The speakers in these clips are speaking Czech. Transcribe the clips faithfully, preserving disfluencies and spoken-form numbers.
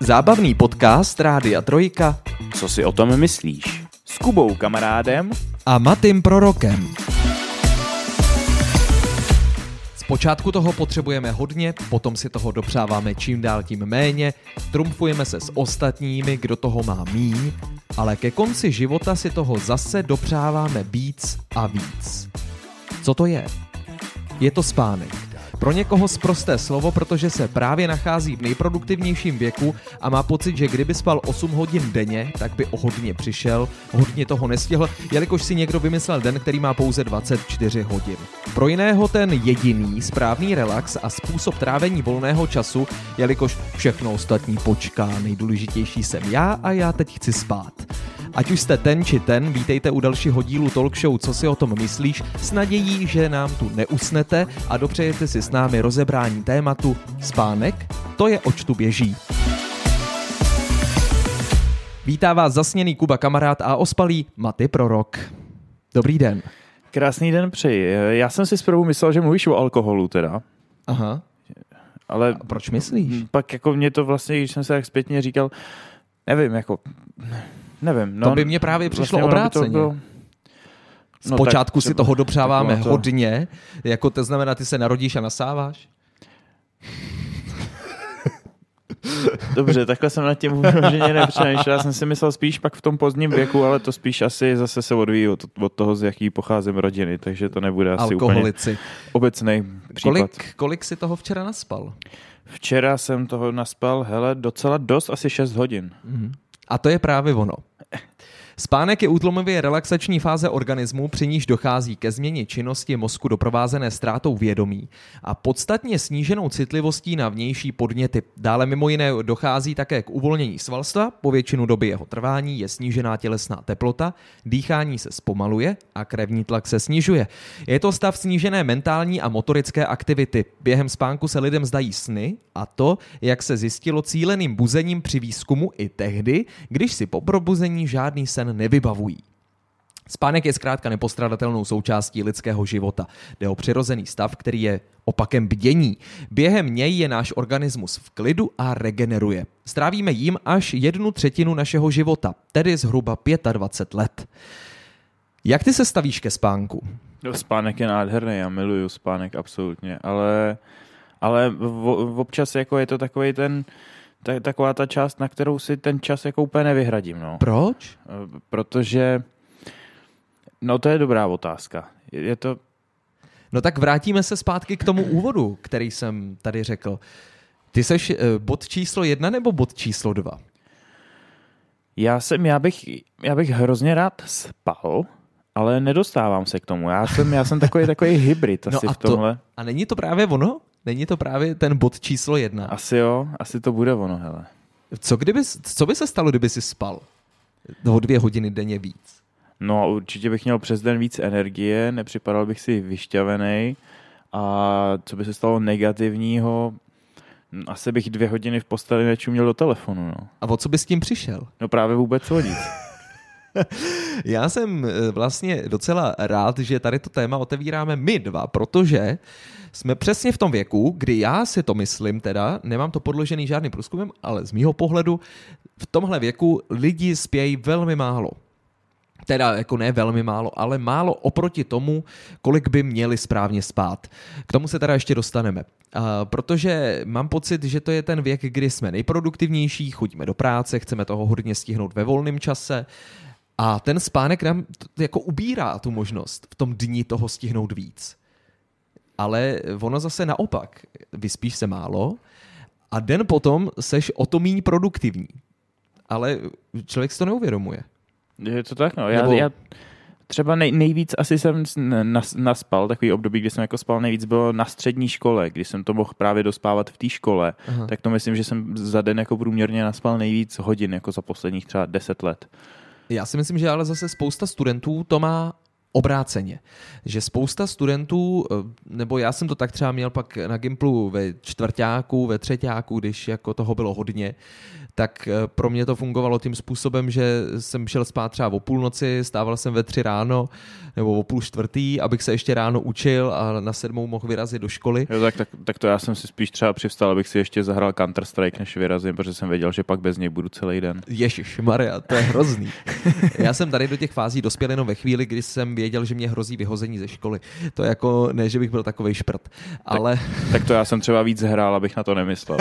Zábavný podcast Rádia Trojka. Co si o tom myslíš? S Kubou kamarádem a Matým prorokem. Zpočátku toho potřebujeme hodně, potom si toho dopřáváme čím dál tím méně, trumfujeme se s ostatními, kdo toho má míň, ale ke konci života si toho zase dopřáváme víc a víc. Co to je? Je to spánek. Pro někoho sprosté slovo, protože se právě nachází v nejproduktivnějším věku a má pocit, že kdyby spal osm hodin denně, tak by o hodně přišel, hodně toho nestihl, jelikož si někdo vymyslel den, který má pouze dvacet čtyři hodin. Pro jiného ten jediný správný relax a způsob trávení volného času, jelikož všechno ostatní počká, nejdůležitější jsem já a já teď chci spát. Ať už jste ten či ten, vítejte u dalšího dílu talk show Co si o tom myslíš, s nadějí, že nám tu neusnete a dopřejete si s námi rozebrání tématu spánek, to je oč tu běží. Vítá vás zasněný Kuba kamarád a ospalý Maty prorok. Dobrý den. Krásný den přeji. Já jsem si zprvu myslel, že mluvíš o alkoholu teda. Aha. Ale a proč myslíš? Pak jako mě to vlastně, když jsem se tak zpětně říkal, nevím, jako... Nevím. No, to by mě právě přišlo vlastně obráceně. Bylo... No, Zpočátku si toho dopřáváme to... hodně, jako to znamená, ty se narodíš a nasáváš? Dobře, takhle jsem nad tím vyloženě nepřemýšlel. Já jsem si myslel spíš pak v tom pozdním věku, ale to spíš asi zase se odvíjí od, od toho, z jaký pocházím rodiny, takže to nebude asi alkoholici. Úplně obecnej případ. Kolik, kolik si toho včera naspal? Včera jsem toho naspal, hele, docela dost, asi šest hodin. Mm-hmm. A to je právě ono. Spánek je útlumově relaxační fáze organismu, při níž dochází ke změně činnosti mozku doprovázené ztrátou vědomí a podstatně sníženou citlivostí na vnější podněty. Dále mimo jiné dochází také k uvolnění svalstva, po většinu doby jeho trvání je snížená tělesná teplota, dýchání se zpomaluje a krevní tlak se snižuje. Je to stav snížené mentální a motorické aktivity. Během spánku se lidem zdají sny a to, jak se zjistilo cíleným buzením při výzkumu i tehdy, když si po probuzení žádný sen nevybavují. Spánek je zkrátka nepostradatelnou součástí lidského života. Jde o přirozený stav, který je opakem bdění. Během něj je náš organismus v klidu a regeneruje. Strávíme jím až jednu třetinu našeho života, tedy zhruba dvacet pět let. Jak ty se stavíš ke spánku? No, spánek je nádherný, já miluju spánek absolutně, ale, ale v, občas jako je to takovej ten Ta, taková ta část, na kterou si ten čas jako úplně nevyhradím. No. Proč? Protože, no to je dobrá otázka. Je, je to... No tak vrátíme se zpátky k tomu úvodu, který jsem tady řekl. Ty seš bod číslo jedna nebo bod číslo dva? Já jsem, já bych, já bych hrozně rád spal, ale nedostávám se k tomu. Já jsem, já jsem takový, takový hybrid asi no a v tomhle. To, a není to právě ono? Není to právě ten bod číslo jedna? Asi jo, asi to bude ono, hele. Co, kdyby, co by se stalo, kdyby si spal o dvě hodiny denně víc? No určitě bych měl přes den víc energie, nepřipadal bych si vyšťavený a co by se stalo negativního, asi bych dvě hodiny v posteli nečuměl do telefonu. No. A o co bys s tím přišel? No právě vůbec o nic. Já jsem vlastně docela rád, že tady to téma otevíráme my dva, protože jsme přesně v tom věku, kdy já si to myslím, teda nemám to podložený žádným průzkumem, ale z mýho pohledu v tomhle věku lidi spějí velmi málo. Teda jako ne velmi málo, ale málo oproti tomu, kolik by měli správně spát. K tomu se teda ještě dostaneme. Uh, protože mám pocit, že to je ten věk, kdy jsme nejproduktivnější, chodíme do práce, chceme toho hodně stihnout ve volném čase a ten spánek nám jako ubírá tu možnost v tom dni toho stihnout víc. Ale ono zase naopak. Vyspíš se málo a den potom seš o to míň produktivní. Ale člověk si to neuvědomuje. Je to tak, no. Já, Nebo... já třeba nej, nejvíc asi jsem nas, naspal, takový období, kdy jsem jako spal nejvíc, bylo na střední škole, kdy jsem to mohl právě dospávat v té škole. Aha. Tak to myslím, že jsem za den jako průměrně naspal nejvíc hodin, jako za posledních třeba deset let. Já si myslím, že ale zase spousta studentů to má obráceně. Že spousta studentů, nebo já jsem to tak třeba měl pak na Gimplu ve čtvrťáku, ve třeťáku, když jako toho bylo hodně, tak pro mě to fungovalo tím způsobem, že jsem šel spát třeba o půlnoci, stával jsem ve tři ráno nebo o půl čtvrtý, abych se ještě ráno učil a na sedmou mohl vyrazit do školy. Jo, tak, tak, tak to já jsem si spíš třeba přivstal, abych si ještě zahrál Counter-Strike, než vyrazím, protože jsem věděl, že pak bez něj budu celý den. Ježišmarja, to je hrozný. Já jsem tady do těch fází dospěl jenom ve chvíli, kdy jsem věděl, že mě hrozí vyhození ze školy. To jako ne, že bych byl takovej šprt, ale... Tak, tak to já jsem třeba víc hrál, abych na to nemyslel.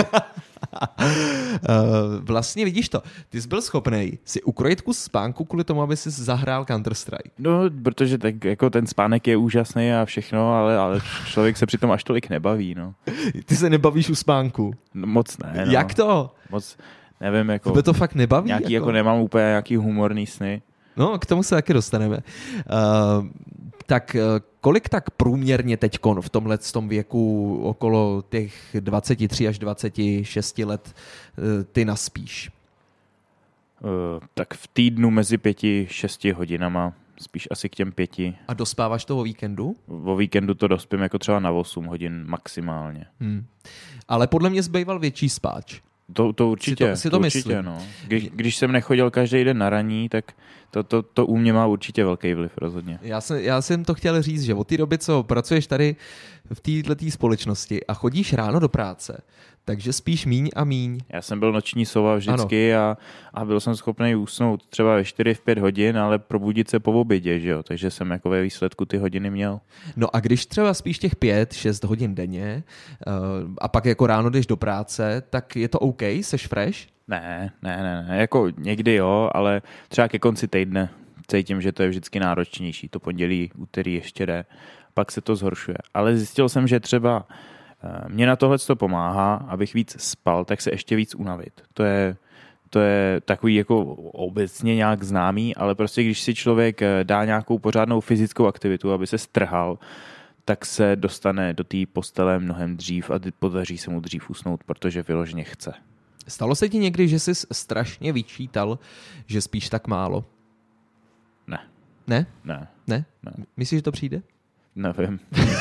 Vlastně vidíš to, ty jsi byl schopnej si ukrojit kus spánku kvůli tomu, aby si zahrál Counter-Strike. No, protože tak jako ten spánek je úžasný a všechno, ale, ale člověk se přitom až tolik nebaví, no. Ty se nebavíš u spánku? No, moc ne, no. Jak to? Moc, nevím, jako... Tebe to fakt nebaví? Nějaký, jako... jako nemám úplně nějaký humorný sny. No, k tomu se taky dostaneme. Uh, tak kolik tak průměrně teďkon v tomhle tom věku okolo těch dvacet tři až dvacet šest let ty naspíš? Uh, tak v týdnu mezi pěti, šesti hodinama, spíš asi k těm pěti. A dospáváš to o víkendu? O víkendu to dospím jako třeba na osm hodin maximálně. Hmm. Ale podle mě zbýval větší spáč. To, to určitě, si to, si to to určitě, no. Když, když jsem nechodil každý den na raní, tak to, to, to u mě má určitě velký vliv rozhodně. Já jsem, já jsem to chtěl říct, že od té doby, co pracuješ tady v této společnosti a chodíš ráno do práce, takže spíš míň a míň. Já jsem byl noční sova vždycky a, a byl jsem schopný usnout třeba ve čtyři, v pět hodin, ale probudit se po obědě, že jo? Takže jsem jako ve výsledku ty hodiny měl. No a když třeba spíš těch pět, šest hodin denně uh, a pak jako ráno jdeš do práce, tak je to OK? Seš fresh? Ne, ne, ne, ne, jako někdy jo, ale třeba ke konci týdne cítím, že to je vždycky náročnější. To pondělí, úterý ještě jde, pak se to zhoršuje. Ale zjistil jsem, že třeba mě na tohle to pomáhá, abych víc spal, tak se ještě víc unavit. To je, to je takový jako obecně nějak známý, ale prostě když si člověk dá nějakou pořádnou fyzickou aktivitu, aby se strhal, tak se dostane do té postele mnohem dřív a podaří se mu dřív usnout, protože vyloženě chce. Stalo se ti někdy, že jsi strašně vyčítal, že spíš tak málo? Ne. Ne? Ne. Ne? Ne. Myslíš, že to přijde? Nevím.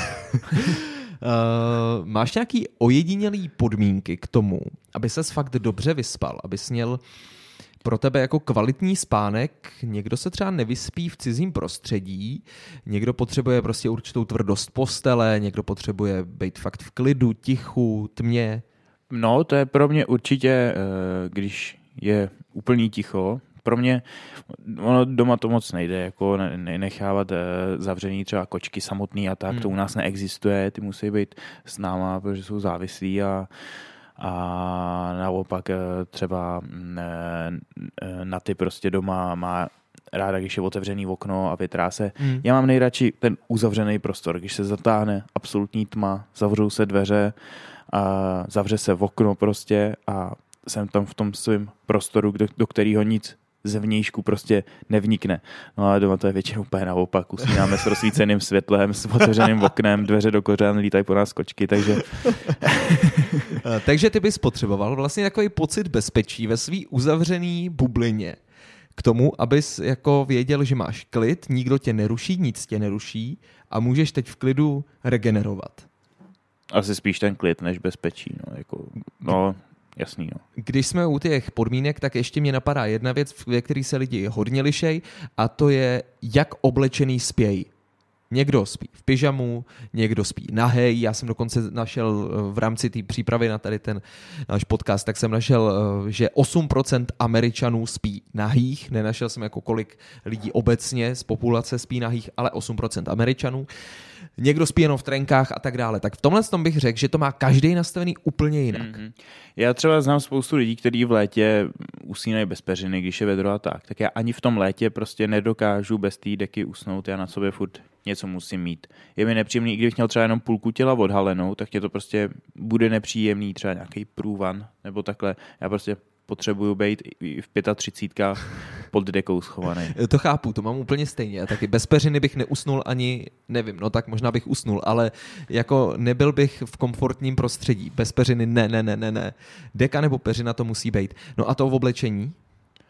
Uh, máš nějaký ojedinělý podmínky k tomu, aby ses fakt dobře vyspal, abys měl pro tebe jako kvalitní spánek? Někdo se třeba nevyspí v cizím prostředí, někdo potřebuje prostě určitou tvrdost postele, někdo potřebuje být fakt v klidu, tichu, tmě. No, to je pro mě určitě, když je úplný ticho. Pro mě ono doma to moc nejde, jako nechávat zavřený třeba kočky samotný a tak, hmm. to u nás neexistuje, ty musí být s náma, protože jsou závislí a, a naopak třeba na ty prostě doma má ráda, když je otevřený okno a větrá se. Hmm. Já mám nejradši ten uzavřený prostor, když se zatáhne absolutní tma, zavřou se dveře a zavře se okno prostě a jsem tam v tom svém prostoru, do, do kterého nic zevnějšku prostě nevnikne. No a doma to je většinou úplně naopak. Usínáme s rozsvíceným světlem, s otevřeným oknem, dveře do kořán, lítají po nás kočky, takže... Takže ty bys potřeboval vlastně takový pocit bezpečí ve svý uzavřený bublině k tomu, abys jako věděl, že máš klid, nikdo tě neruší, nic tě neruší a můžeš teď v klidu regenerovat. Asi spíš ten klid než bezpečí. No, jako, no jasný. No. Když jsme u těch podmínek, tak ještě mě napadá jedna věc, ve které se lidi hodně lišej, a to je, jak oblečený spějí. Někdo spí v pyžamu, někdo spí nahej. Já jsem dokonce našel v rámci té přípravy na tady ten náš podcast, tak jsem našel, že osm procent Američanů spí nahých. Nenašel jsem jako kolik lidí obecně z populace spí nahých, ale osm procent Američanů. Někdo spí jenom v trenkách a tak dále. Tak v tomhle tom bych řekl, že to má každý nastavený úplně jinak. Mm-hmm. Já třeba znám spoustu lidí, kteří v létě usínají bez peřiny, když je vedro a tak. Tak já ani v tom létě prostě nedokážu bez té deky usnout. Já na sobě furt něco musím mít. Je mi nepříjemný, i kdybych měl třeba jenom půlku těla odhalenou, tak mě to prostě bude nepříjemný, třeba nějaký průvan nebo takhle. Já prostě potřebuju být i v třicítkách pod dekou schovaný. To chápu, to mám úplně stejně. Já taky bez peřiny bych neusnul ani, nevím, no tak možná bych usnul, ale jako nebyl bych v komfortním prostředí. Bez peřiny ne, ne, ne, ne, ne. Deka nebo peřina to musí být. No a to v oblečení?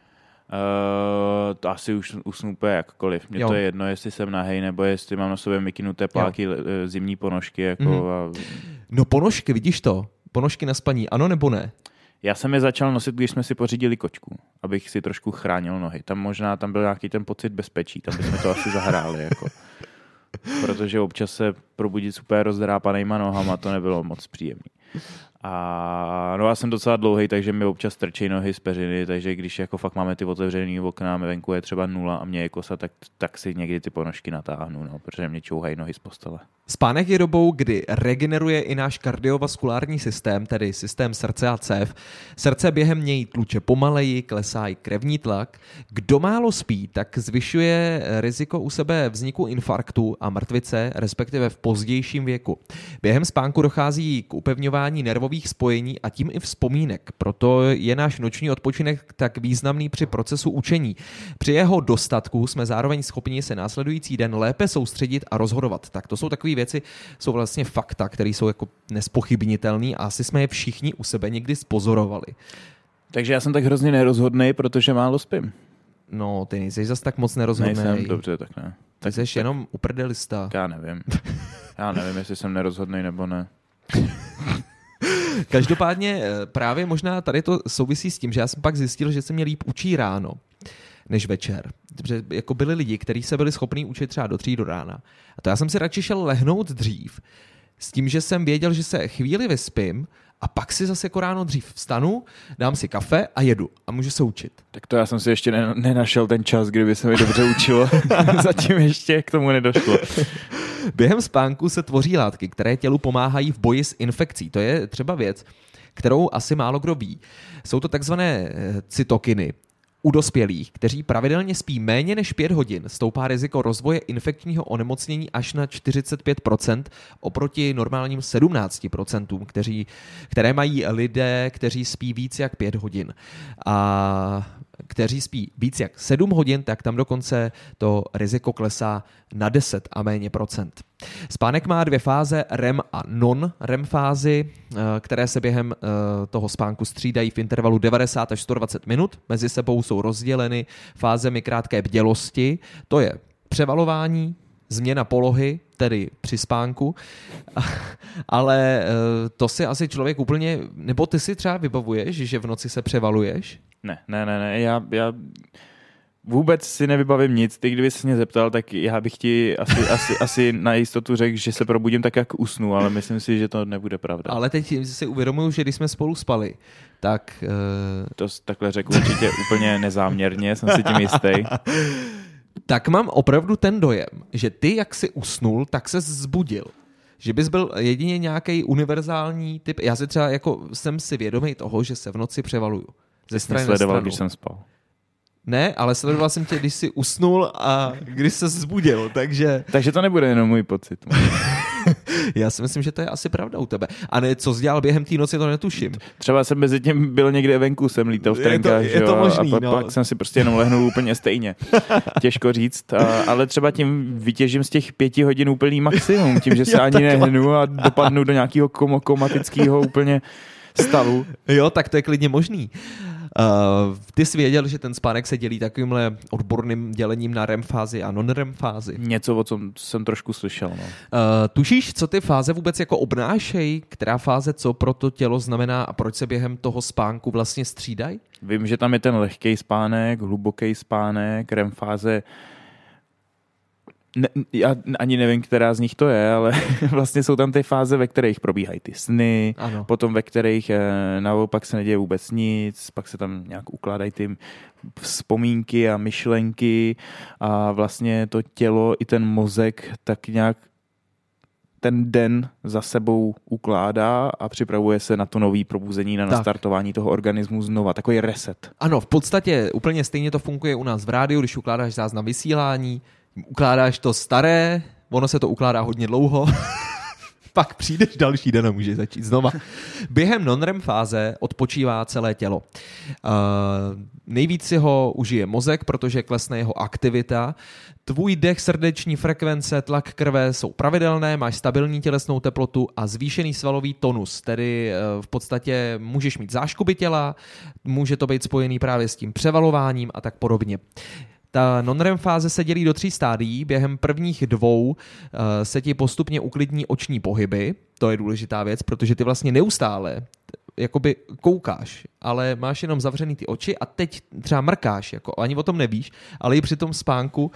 Uh, to asi už usnu úplně jakkoliv. Mně jo. to je jedno, jestli jsem nahej, nebo jestli mám na sobě mikinu, tepláky, jo. zimní ponožky. Jako mm-hmm. a... No ponožky, vidíš to? Ponožky na spaní, ano nebo ne? Já jsem je začal nosit, když jsme si pořídili kočku, abych si trošku chránil nohy. Tam možná tam byl nějaký ten pocit bezpečí, tam bychom to asi zahráli. Jako. Protože občas se probudit super rozdrápanýma nohama, to nebylo moc příjemný. A no já jsem docela dlouhý, takže mi občas trčí nohy z peřiny, takže když jako fakt máme ty otevřený okna, venku je třeba nula a mě je kosa, tak, tak si někdy ty ponožky natáhnu, no, protože mě čouhají nohy z postele. Spánek je dobou, kdy regeneruje i náš kardiovaskulární systém, tedy systém srdce a cév. Srdce během něj tluče pomaleji, klesá i krevní tlak. Kdo málo spí, tak zvyšuje riziko u sebe vzniku infarktu a mrtvice, respektive v pozdějším věku. Během spánku dochází k upevňování nervových spojení a tím i vzpomínek. Proto je náš noční odpočinek tak významný při procesu učení. Při jeho dostatku jsme zároveň schopni se následující den lépe soustředit a rozhodovat. Tak to jsou takové věci, jsou vlastně fakta, které jsou jako nespochybnitelné a asi jsme je všichni u sebe někdy spozorovali. Takže já jsem tak hrozně nerozhodnej, protože málo spím. No, ty nejsi zas tak moc nerozhodnej. Nejsem, dobře, tak ne. Ty jsi tak, jenom uprdelista. Já nevím. Já nevím, jestli jsem nerozhodnej nebo ne. Každopádně právě možná tady to souvisí s tím, že já jsem pak zjistil, že se mě líp učí ráno než večer. Protože jako byli lidi, kteří se byli schopní učit třeba do tří do rána. A to já jsem si radši šel lehnout dřív s tím, že jsem věděl, že se chvíli vyspím a pak si zase jako ráno dřív vstanu, dám si kafe a jedu a můžu se učit. Tak to já jsem si ještě nenašel ten čas, kdyby se mi dobře učilo. Zatím ještě k tomu nedošlo. Během spánku se tvoří látky, které tělu pomáhají v boji s infekcí. To je třeba věc, kterou asi málo kdo ví. Jsou to takzvané cytokiny. U dospělých, kteří pravidelně spí méně než pět hodin, stoupá riziko rozvoje infekčního onemocnění až na čtyřicet pět procent oproti normálním sedmnáct procent, kteří, které mají lidé, kteří spí víc jak pět hodin. A kteří spí víc jak sedm hodin, tak tam dokonce to riziko klesá na deset a méně procent. Spánek má dvě fáze, R E M a non-R E M fázy, které se během toho spánku střídají v intervalu devadesát až sto dvacet minut. Mezi sebou jsou rozděleny fázemi krátké bdělosti, to je převalování, změna polohy, tedy při spánku, ale to si asi člověk úplně, nebo ty si třeba vybavuješ, že v noci se převaluješ? Ne, ne, ne, ne, já, já vůbec si nevybavím nic. Ty, kdyby se mě zeptal, tak já bych ti asi, asi, asi na jistotu řekl, že se probudím tak, jak usnu, ale myslím si, že to nebude pravda. Ale teď si uvědomuju, že když jsme spolu spali, tak... Uh... To takhle řekl určitě úplně nezáměrně, jsem si tím jistý. Tak mám opravdu ten dojem, že ty, jak jsi usnul, tak se zbudil. Že bys byl jedině nějaký univerzální typ. Já si třeba jako jsem si vědomý toho, že se v noci převaluju. Ze strany na stranu. Když jsem spal. Ne, ale sledoval jsem tě, když jsi usnul a když se zbudil, takže... Takže to nebude jenom můj pocit. Já si myslím, že to je asi pravda u tebe. A ne, co jsi dělal během té noci, to netuším. Třeba jsem mezi tím byl někde venku, jsem lítal v trenkách, je to, je to možný, a pa, no. pak jsem si prostě jenom lehnul úplně stejně. Těžko říct, a, ale třeba tím vytěžím z těch pěti hodin úplný maximum, tím, že se ani nehnu a dopadnu do nějakého kom- komatického úplně stavu. Jo, tak to je klidně možný. Uh, ty jsi věděl, že ten spánek se dělí takovýmhle odborným dělením na R E M fázi a non-R E M fázi? Něco, o čem jsem trošku slyšel. No. Uh, tušíš, co ty fáze vůbec jako obnášejí? Která fáze co pro to tělo znamená a proč se během toho spánku vlastně střídají? Vím, že tam je ten lehký spánek, hluboký spánek, R E M fáze. Ne, já ani nevím, která z nich to je, ale vlastně jsou tam ty fáze, ve kterých probíhají ty sny, ano. Potom ve kterých naopak se neděje vůbec nic, pak se tam nějak ukládají ty vzpomínky a myšlenky a vlastně to tělo i ten mozek tak nějak ten den za sebou ukládá a připravuje se na to nový probuzení, na nastartování toho organismu znova. Takový reset. Ano, v podstatě úplně stejně to funguje u nás v rádiu, když ukládáš záznam vysílání, ukládáš to staré, ono se to ukládá hodně dlouho. Pak přijdeš další den a můžeš začít znova. Během non-R E M fáze odpočívá celé tělo. Uh, nejvíc si ho užije mozek, protože klesne jeho aktivita. Tvůj dech, srdeční frekvence, tlak krve jsou pravidelné, máš stabilní tělesnou teplotu a zvýšený svalový tonus, tedy uh, v podstatě můžeš mít záškuby těla, může to být spojený právě s tím převalováním a tak podobně. Ta non-R E M fáze se dělí do tří stádií. Během prvních dvou uh, se ti postupně uklidní oční pohyby. To je důležitá věc, protože ty vlastně neustále jakoby koukáš, ale máš jenom zavřený ty oči a teď třeba mrkáš, jako ani o tom nevíš, ale i při tom spánku uh,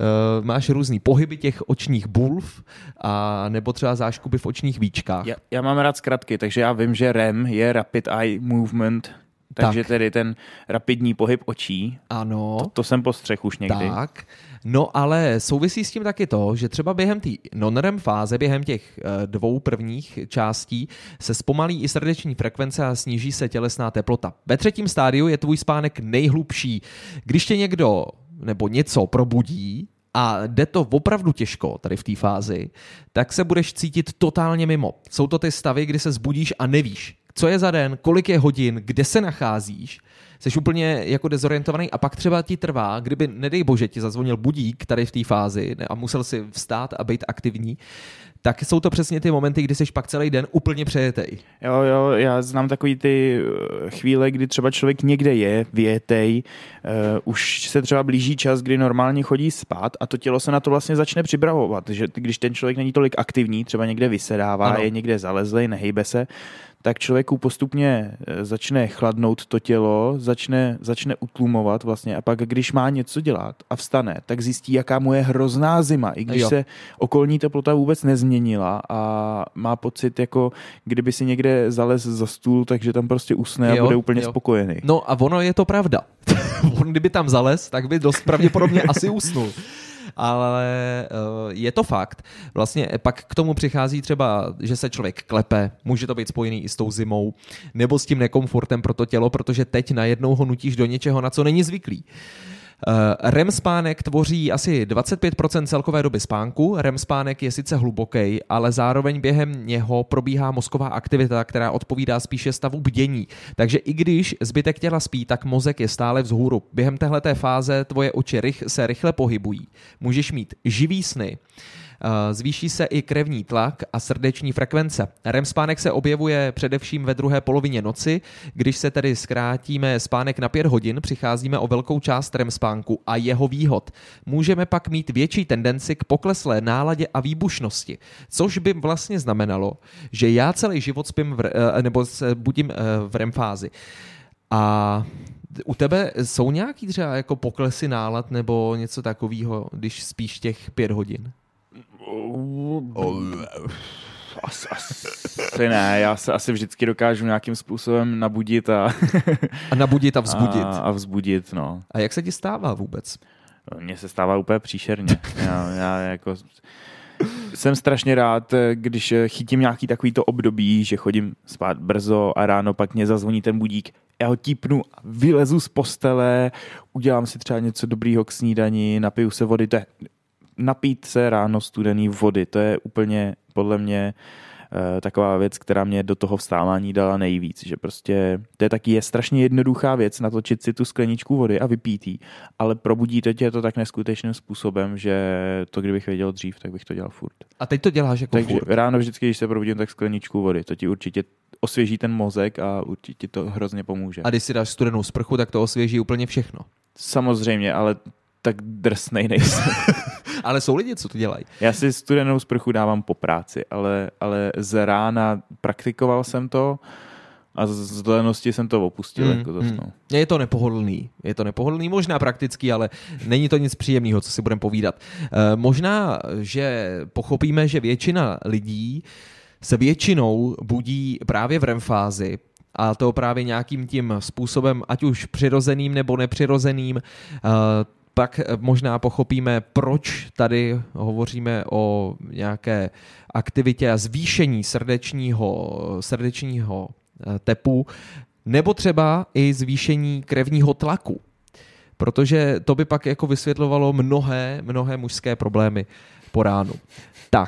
máš různý pohyby těch očních bulv a nebo třeba záškuby v očních víčkách. Já, já mám rád zkratky, takže já vím, že R E M je Rapid Eye Movement. Takže tak. Tedy ten rapidní pohyb očí, ano. To, to jsem postřeh už někdy. Tak, no ale souvisí s tím taky to, že třeba během té non-R E M fáze, během těch uh, dvou prvních částí se zpomalí i srdeční frekvence a sníží se tělesná teplota. Ve třetím stádiu je tvůj spánek nejhlubší. Když tě někdo nebo něco probudí, a jde to opravdu těžko tady v té fázi, tak se budeš cítit totálně mimo. Jsou to ty stavy, kdy se zbudíš a nevíš, co je za den, kolik je hodin, kde se nacházíš, jsi úplně jako dezorientovaný a pak třeba ti trvá, kdyby, nedej bože, ti zazvonil budík tady v té fázi a musel si vstát a být aktivní, tak jsou to přesně ty momenty, kdy jsi pak celý den úplně přejetej. Jo, jo, já znám takový ty chvíle, kdy třeba člověk někde je, vyjetej, uh, už se třeba blíží čas, kdy normálně chodí spát a to tělo se na to vlastně začne připravovat, že když ten člověk není tolik aktivní, třeba někde vysedává, ano. Je někde zalezlej, nehejbe se, tak člověku postupně začne chladnout to tělo, začne, začne utlumovat vlastně a pak, když má něco dělat a vstane, tak zjistí, jaká mu je hrozná zima, i když jo. se okolní teplota vůbec nezměnila a má pocit, jako kdyby si někde zalez za stůl, takže tam prostě usne a jo, bude úplně jo. spokojený. No a ono je to pravda. On kdyby tam zalez, tak by dost pravděpodobně asi usnul. Ale uh, je to fakt. Vlastně pak k tomu přichází třeba, že se člověk klepe, může to být spojený i s tou zimou, nebo s tím nekomfortem pro to tělo, protože teď najednou ho nutíš do něčeho, na co není zvyklý. Uh, R E M spánek tvoří asi dvacet pět procent celkové doby spánku. R E M spánek je sice hluboký, ale zároveň během něho probíhá mozková aktivita, která odpovídá spíše stavu bdění. Takže i když zbytek těla spí, tak mozek je stále vzhůru. Během téhleté fáze tvoje oči rych, se rychle pohybují. Můžeš mít živý sny. Zvýší se i krevní tlak a srdeční frekvence. R E M spánek se objevuje především ve druhé polovině noci. Když se tedy zkrátíme spánek na pět hodin, přicházíme o velkou část R E M spánku a jeho výhod. Můžeme pak mít větší tendenci k pokleslé náladě a výbušnosti, což by vlastně znamenalo, že já celý život spím v, nebo se budím v R E M fázi. A u tebe jsou nějaký třeba jako poklesy nálad nebo něco takového, když spíš těch pět hodin? Asi, asi ne, já se asi vždycky dokážu nějakým způsobem nabudit a... a nabudit a vzbudit. A, a vzbudit, no. A jak se ti stává vůbec? Mně se stává úplně příšerně. Já, já jako... Jsem strašně rád, když chytím nějaký takovýto období, že chodím spát brzo a ráno pak mě zazvoní ten budík. Já ho típnu, vylezu z postele, udělám si třeba něco dobrýho k snídani, napiju se vody, to je... Napít se ráno studený vody, to je úplně podle mě e, taková věc, která mě do toho vstávání dala nejvíc, že prostě to je taky je strašně jednoduchá věc natočit si tu skleničku vody a vypít jí, ale probudí to tě to tak neskutečným způsobem, že to kdybych věděl dřív, tak bych to dělal furt. A teď to děláš jako Takže furt? ráno vždycky, když se probudím, tak skleničku vody, to ti určitě osvěží ten mozek a určitě to hrozně pomůže. A když si dáš studenou sprchu, tak to osvěží úplně všechno. Samozřejmě, ale tak drsnej nejsem. Ale jsou lidi, co to dělají. Já si studenou sprchu dávám po práci, ale, ale z rána praktikoval jsem to a z lenosti jsem to opustil. Mm, jako mm. Je to nepohodlný. Je to nepohodlný, možná praktický, ale není to nic příjemného, co si budeme povídat. E, možná, že pochopíme, že většina lidí se většinou budí právě v R E M fázi, a to právě nějakým tím způsobem, ať už přirozeným nebo nepřirozeným. E, pak možná pochopíme, proč tady hovoříme o nějaké aktivitě a zvýšení srdečního, srdečního tepu, nebo třeba i zvýšení krevního tlaku. Protože to by pak jako vysvětlovalo mnohé, mnohé mužské problémy po ránu. Tak,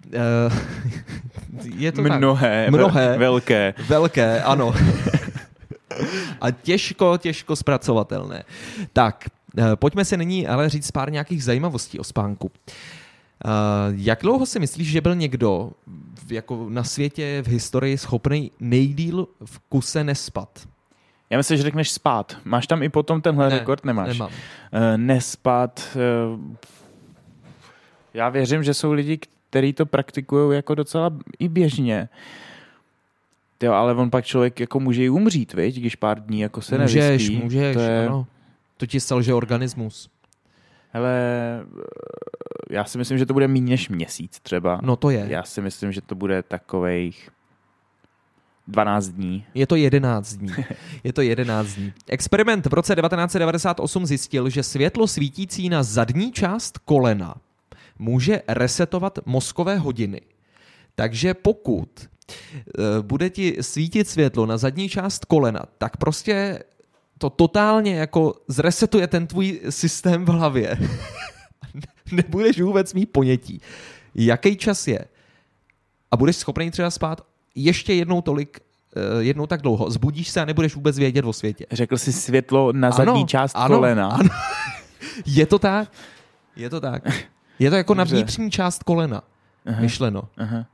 Je to mnohé, tak. Mnohé. Velké. Velké, ano. A těžko, těžko zpracovatelné. Tak, pojďme se nyní ale říct pár nějakých zajímavostí o spánku. Jak dlouho si myslíš, že byl někdo jako na světě v historii schopný nejdýl v kuse nespat? Já myslím, že řekneš spát. Máš tam i potom tenhle ne, rekord? Nemáš. Nemám. Uh, nespat. Uh, já věřím, že jsou lidi, kteří to praktikují jako docela i běžně. Jo, ale on pak člověk jako může i umřít, viď? Když pár dní jako se můžeš, nevyspí. Můžeš, to je... ano. To ti selže organismus. Hele, já si myslím, že to bude méně než měsíc třeba. No to je. Já si myslím, že to bude takovejch dvanáct dní. Je to jedenáct dní. Je to jedenáct dní. Experiment v roce devatenáct set devadesát osm zjistil, že světlo svítící na zadní část kolena může resetovat mozkové hodiny. Takže pokud uh, bude ti svítit světlo na zadní část kolena, tak prostě to totálně jako zresetuje ten tvůj systém v hlavě. Nebudeš vůbec mít ponětí, jaký čas je. A budeš schopný třeba spát ještě jednou tolik, jednou tak dlouho. Zbudíš se a nebudeš vůbec vědět o světě. Řekl jsi světlo na zadní ano, část ano, kolena. Ano. Je to tak? Je to tak. Je to jako Dobře. na vnitřní část kolena. Aha. Myšleno. Aha.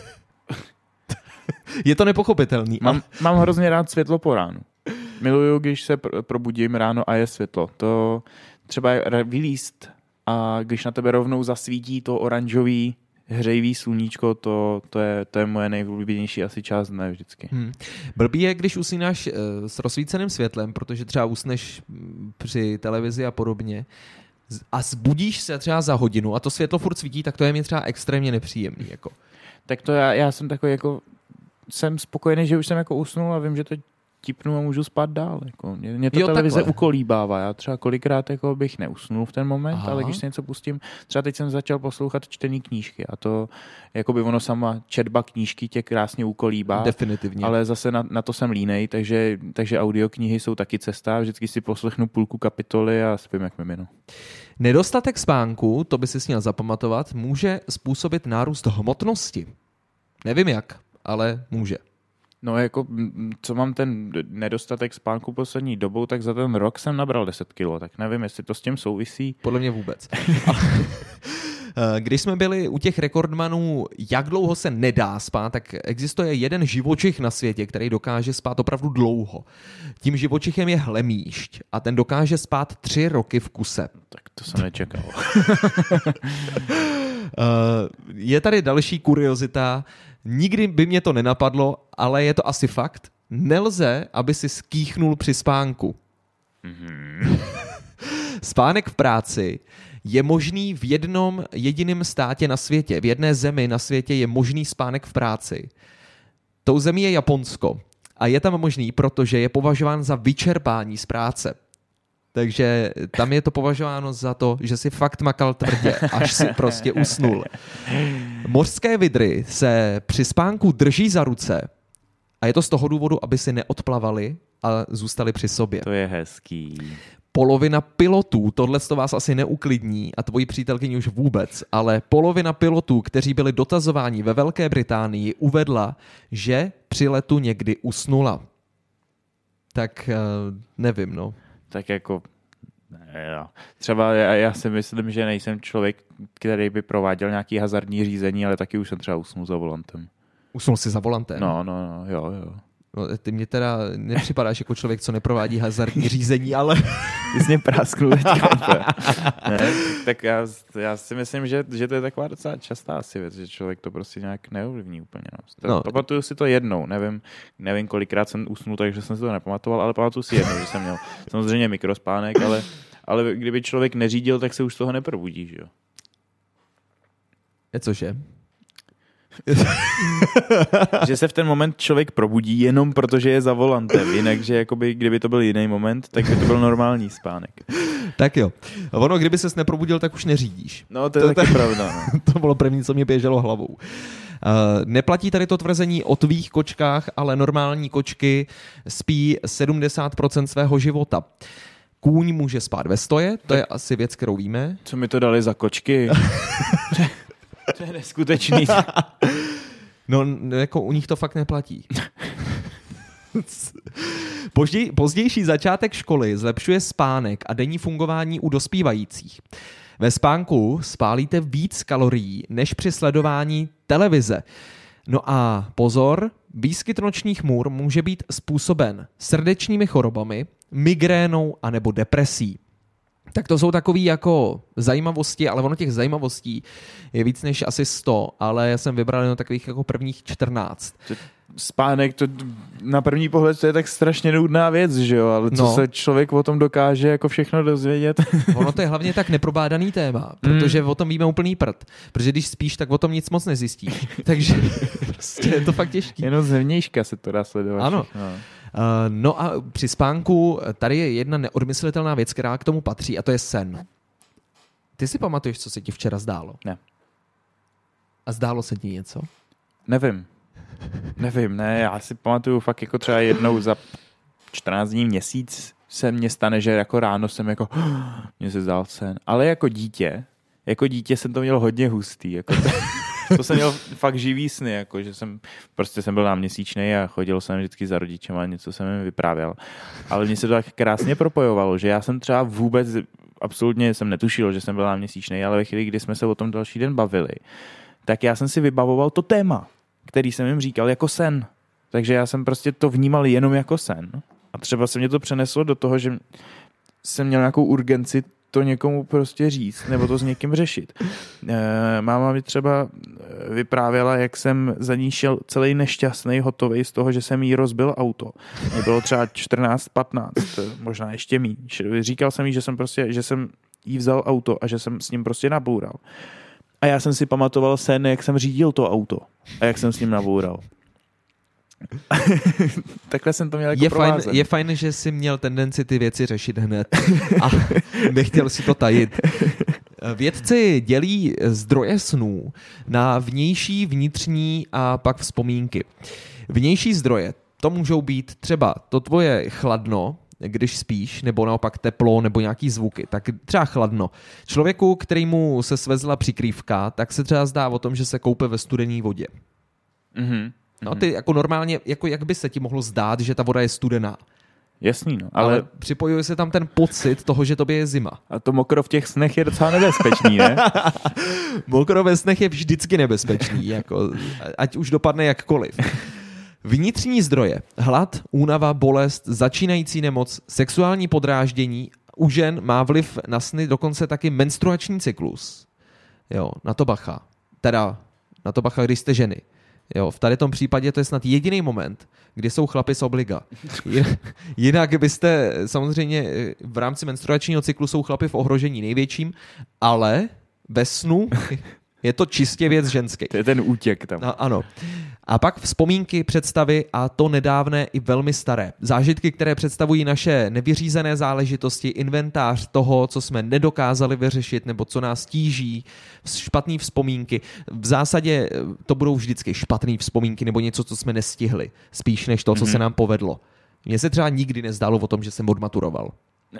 Je to nepochopitelný. Mám, mám hrozně rád světlo po ránu. Miluju, když se probudím ráno a je světlo. To třeba vylíst a když na tebe rovnou zasvítí to oranžový hřejivý sluníčko, to, to, je, to je moje nejoblíbenější asi část dne vždycky. Hmm. Blbý je, když usínáš uh, s rozsvíceným světlem, protože třeba usneš při televizi a podobně a zbudíš se třeba za hodinu a to světlo furt svítí, tak to je mi třeba extrémně nepříjemný. Jako. Tak to já, já jsem takový jako, jsem spokojený, že už jsem jako usnul a vím, že to tipnu a můžu spát dál. Jako. Mě, mě to jo, televize takhle ukolíbává. Já třeba kolikrát jako bych neusnul v ten moment, aha, ale když se něco pustím, třeba teď jsem začal poslouchat čtený knížky a to, jako by ono sama četba knížky tě krásně ukolíbá. Definitivně. Ale zase na, na to jsem línej, takže, takže audioknihy jsou taky cesta. Vždycky si poslechnu půlku kapitoly a spím jak mimino. Nedostatek spánku, to by si měl zapamatovat, může způsobit nárůst hmotnosti. Nevím jak, ale může. No jako, co mám ten nedostatek spánku poslední dobou, tak za ten rok jsem nabral deset kilo, tak nevím, jestli to s tím souvisí. Podle mě vůbec. Když jsme byli u těch rekordmanů, jak dlouho se nedá spát, tak existuje jeden živočich na světě, který dokáže spát opravdu dlouho. Tím živočichem je hlemýšť a ten dokáže spát tři roky v kuse. Tak to jsem nečekal. Je tady další kuriozita. Nikdy by mě to nenapadlo, ale je to asi fakt. Nelze, aby si skýchnul při spánku. Mm-hmm. Spánek v práci je možný v jednom jediném státě na světě. V jedné zemi na světě je možný spánek v práci. Tou zemí je Japonsko. A je tam možný, protože je považován za vyčerpání z práce. Takže tam je to považováno za to, že si fakt makal tvrdě, až si prostě usnul. Mořské vidry se při spánku drží za ruce a je to z toho důvodu, aby si neodplavali a zůstali při sobě. To je hezký. Polovina pilotů, tohle to vás asi neuklidní a tvoji přítelkyni už vůbec, ale polovina pilotů, kteří byli dotazováni ve Velké Británii, uvedla, že při letu někdy usnula. Tak nevím, no. Tak jako, ne, třeba já, já si myslím, že nejsem člověk, který by prováděl nějaký hazardní řízení, ale taky už jsem třeba usnul za volantem. Usnul jsi za volantem? No, no, no, jo, jo. No, ty mě teda nepřipadáš jako člověk, co neprovádí hazardní řízení, ale... Ty jsi mě prásknul teďka. Ne, tak já, já si myslím, že, že to je taková docela častá asi věc, že člověk to prostě nějak neovlivní úplně. No. No. Pamatuju si to jednou, nevím, nevím kolikrát jsem usnul, takže jsem si to nepamatoval, ale pamatuju si jednou, že jsem měl samozřejmě mikrospánek, ale, ale kdyby člověk neřídil, tak se už z toho neprobudí, že jo? Je cože? Že se v ten moment člověk probudí jenom protože je za volantem, jinak, že jakoby, kdyby to byl jiný moment, tak by to byl normální spánek. Tak jo. Ono, kdyby ses neprobudil, tak už neřídíš. No, to je to, taky to, pravda. No. To bylo první, co mě běželo hlavou. Uh, neplatí tady to tvrzení o tvých kočkách, ale normální kočky spí sedmdesát procent svého života. Kůň může spát ve stoje, to tak je asi věc, kterou víme. Co mi to dali za kočky? To je neskutečný. No, jako u nich to fakt neplatí. Pozděj, pozdější začátek školy zlepšuje spánek a denní fungování u dospívajících. Ve spánku spálíte víc kalorií než při sledování televize. No a pozor, výskyt nočních můr může být způsoben srdečními chorobami, migrénou anebo depresí. Tak to jsou takový jako zajímavosti, ale ono těch zajímavostí je víc než asi sto, ale já jsem vybral jenom takových jako prvních čtrnáct. Spánek, to na první pohled to je tak strašně nudná věc, že jo, ale co no. se člověk o tom dokáže jako všechno dozvědět. Ono to je hlavně tak neprobádaný téma, protože mm. o tom víme úplný prd, protože když spíš, tak o tom nic moc nezjistíš, takže prostě je to fakt těžký. Jenom zevnějška se to dá sledovat. Ano. Uh, no a při spánku tady je jedna neodmyslitelná věc, která k tomu patří, a to je sen. Ty si pamatuješ, co se ti včera zdálo? Ne. A zdálo se ti něco? Nevím. Nevím, ne, já si pamatuju fakt jako třeba jednou za čtrnáct dní, měsíc se mně stane, že jako ráno jsem jako, mně se zdál sen. Ale jako dítě, jako dítě jsem to měl hodně hustý, jako to, to jsem měl fakt živý sny, jako že jsem, prostě jsem byl náměsíčnej a chodil jsem vždycky za rodičem a něco jsem jim vyprávěl. Ale mně se to tak krásně propojovalo, že já jsem třeba vůbec, absolutně jsem netušil, že jsem byl náměsíčnej, ale ve chvíli, kdy jsme se o tom další den bavili, tak já jsem si vybavoval to téma, který jsem jim říkal jako sen. Takže já jsem prostě to vnímal jenom jako sen. A třeba se mě to přeneslo do toho, že jsem měl nějakou urgenci to někomu prostě říct, nebo to s někým řešit. E, máma mi třeba vyprávěla, jak jsem za ní šel celý nešťastný, hotový z toho, že jsem jí rozbil auto. Mě bylo třeba čtrnáct patnáct, možná ještě míň. Říkal jsem jí, že jsem prostě, že jsem jí vzal auto a že jsem s ním prostě naboural. A já jsem si pamatoval sen, jak jsem řídil to auto a jak jsem s ním naboural. Takhle jsem to měl jako je fajn, provázen. je fajn, že jsi měl tendenci ty věci řešit hned a nechtěl si to tajit. Vědci dělí zdroje snů na vnější, vnitřní a pak vzpomínky. Vnější zdroje, to můžou být třeba to tvoje chladno, když spíš, nebo naopak teplo, nebo nějaký zvuky, tak třeba chladno. Člověku, kterýmu se svezla přikrývka, tak se třeba zdá o tom, že se koupe ve studené vodě. Mm-hmm. No ty jako normálně, jako jak by se ti mohlo zdát, že ta voda je studená. Jasný, no. Ale, ale připojuje se tam ten pocit toho, že tobě je zima. A to mokro v těch snech je docela nebezpečný, ne? Mokro ve snech je vždycky nebezpečný, jako, ať už dopadne jakkoliv. Vnitřní zdroje, hlad, únava, bolest, začínající nemoc, sexuální podráždění, u žen má vliv na sny dokonce taky menstruační cyklus. Jo, na to bacha. Teda, na to bacha, když jste ženy. Jo, v tady tom případě to je snad jediný moment, kdy jsou chlapi z obliga. Jinak byste samozřejmě v rámci menstruačního cyklu jsou chlapi v ohrožení největším, ale ve snu je to čistě věc ženský. To je ten útěk tam. A, ano. A pak vzpomínky, představy a to nedávné i velmi staré. Zážitky, které představují naše nevyřízené záležitosti, inventář toho, co jsme nedokázali vyřešit nebo co nás tíží, špatné vzpomínky. V zásadě to budou vždycky špatné vzpomínky nebo něco, co jsme nestihli. Spíš než to, co mm-hmm. se nám povedlo. Mně se třeba nikdy nezdálo o tom, že jsem odmaturoval.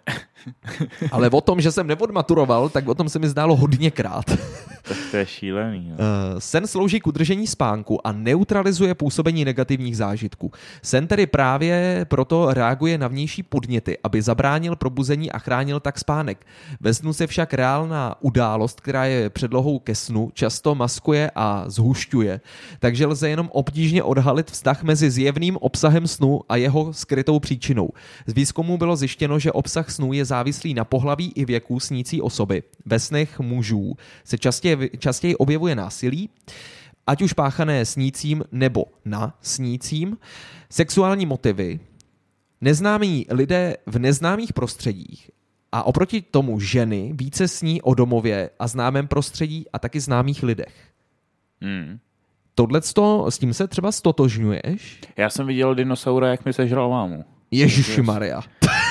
Ale o tom, že jsem neodmaturoval, tak o tom se mi zdálo hodněkrát. Tak to je šílený. No. Sen slouží k udržení spánku a neutralizuje působení negativních zážitků. Sen tedy právě proto reaguje na vnější podněty, aby zabránil probuzení a chránil tak spánek. Ve snu se však reálná událost, která je předlohou ke snu, často maskuje a zhušťuje, takže lze jenom obtížně odhalit vztah mezi zjevným obsahem snu a jeho skrytou příčinou. Z výzkumu bylo zjištěno, že obsah snů je závislý na pohlaví i věku snící osoby. Ve snech mužů se častěji, častěji objevuje násilí, ať už páchané snícím nebo na snícím, sexuální motivy, neznámí lidé v neznámých prostředích a oproti tomu ženy více sní o domově a známém prostředí a taky známých lidech. Hmm. Tohleto, s tím se třeba stotožňuješ? Já jsem viděl dinosaura, jak mi sežral mámu. Ježišmarja.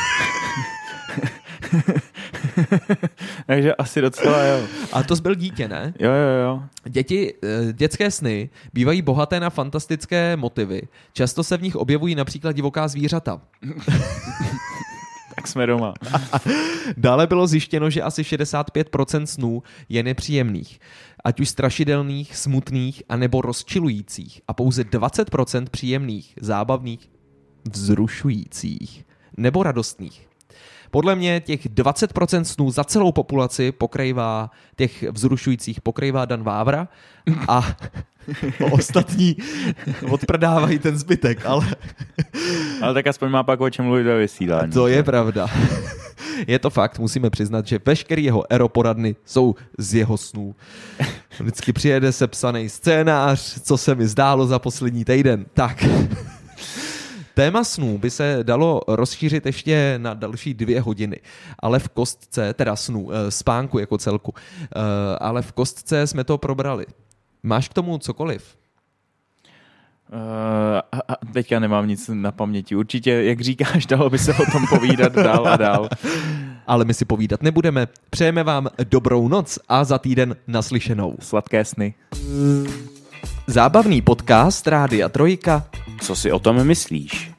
Takže asi docela jo. A to jsi byl dítě, ne? Jo, jo, jo. Děti, dětské sny bývají bohaté na fantastické motivy. Často se v nich objevují například divoká zvířata. Tak tak jsme doma. Dále bylo zjištěno, že asi šedesát pět procent snů je nepříjemných, ať už strašidelných, smutných, anebo rozčilujících a pouze dvacet procent příjemných, zábavných, vzrušujících nebo radostných. Podle mě těch dvacet procent snů za celou populaci pokrývá, těch vzrušujících pokrývá Dan Vávra a ostatní odprdávají ten zbytek, ale... ale tak aspoň má pak o čem mluvit ve vysílání. To je pravda. Je to fakt, musíme přiznat, že veškerý jeho eroporadny jsou z jeho snů. Vždycky přijede sepsaný scénář, co se mi zdálo za poslední týden. Tak... Téma snů by se dalo rozšířit ještě na další dvě hodiny, ale v kostce, teda snů, spánku jako celku, ale v kostce jsme to probrali. Máš k tomu cokoliv? Uh, a teďka nemám nic na paměti. Určitě, jak říkáš, dalo by se o tom povídat dál a dál. Ale my si povídat nebudeme. Přejeme vám dobrou noc a za týden naslyšenou. Sladké sny. Zábavný podcast Rádia Trojka. Co si o tom myslíš?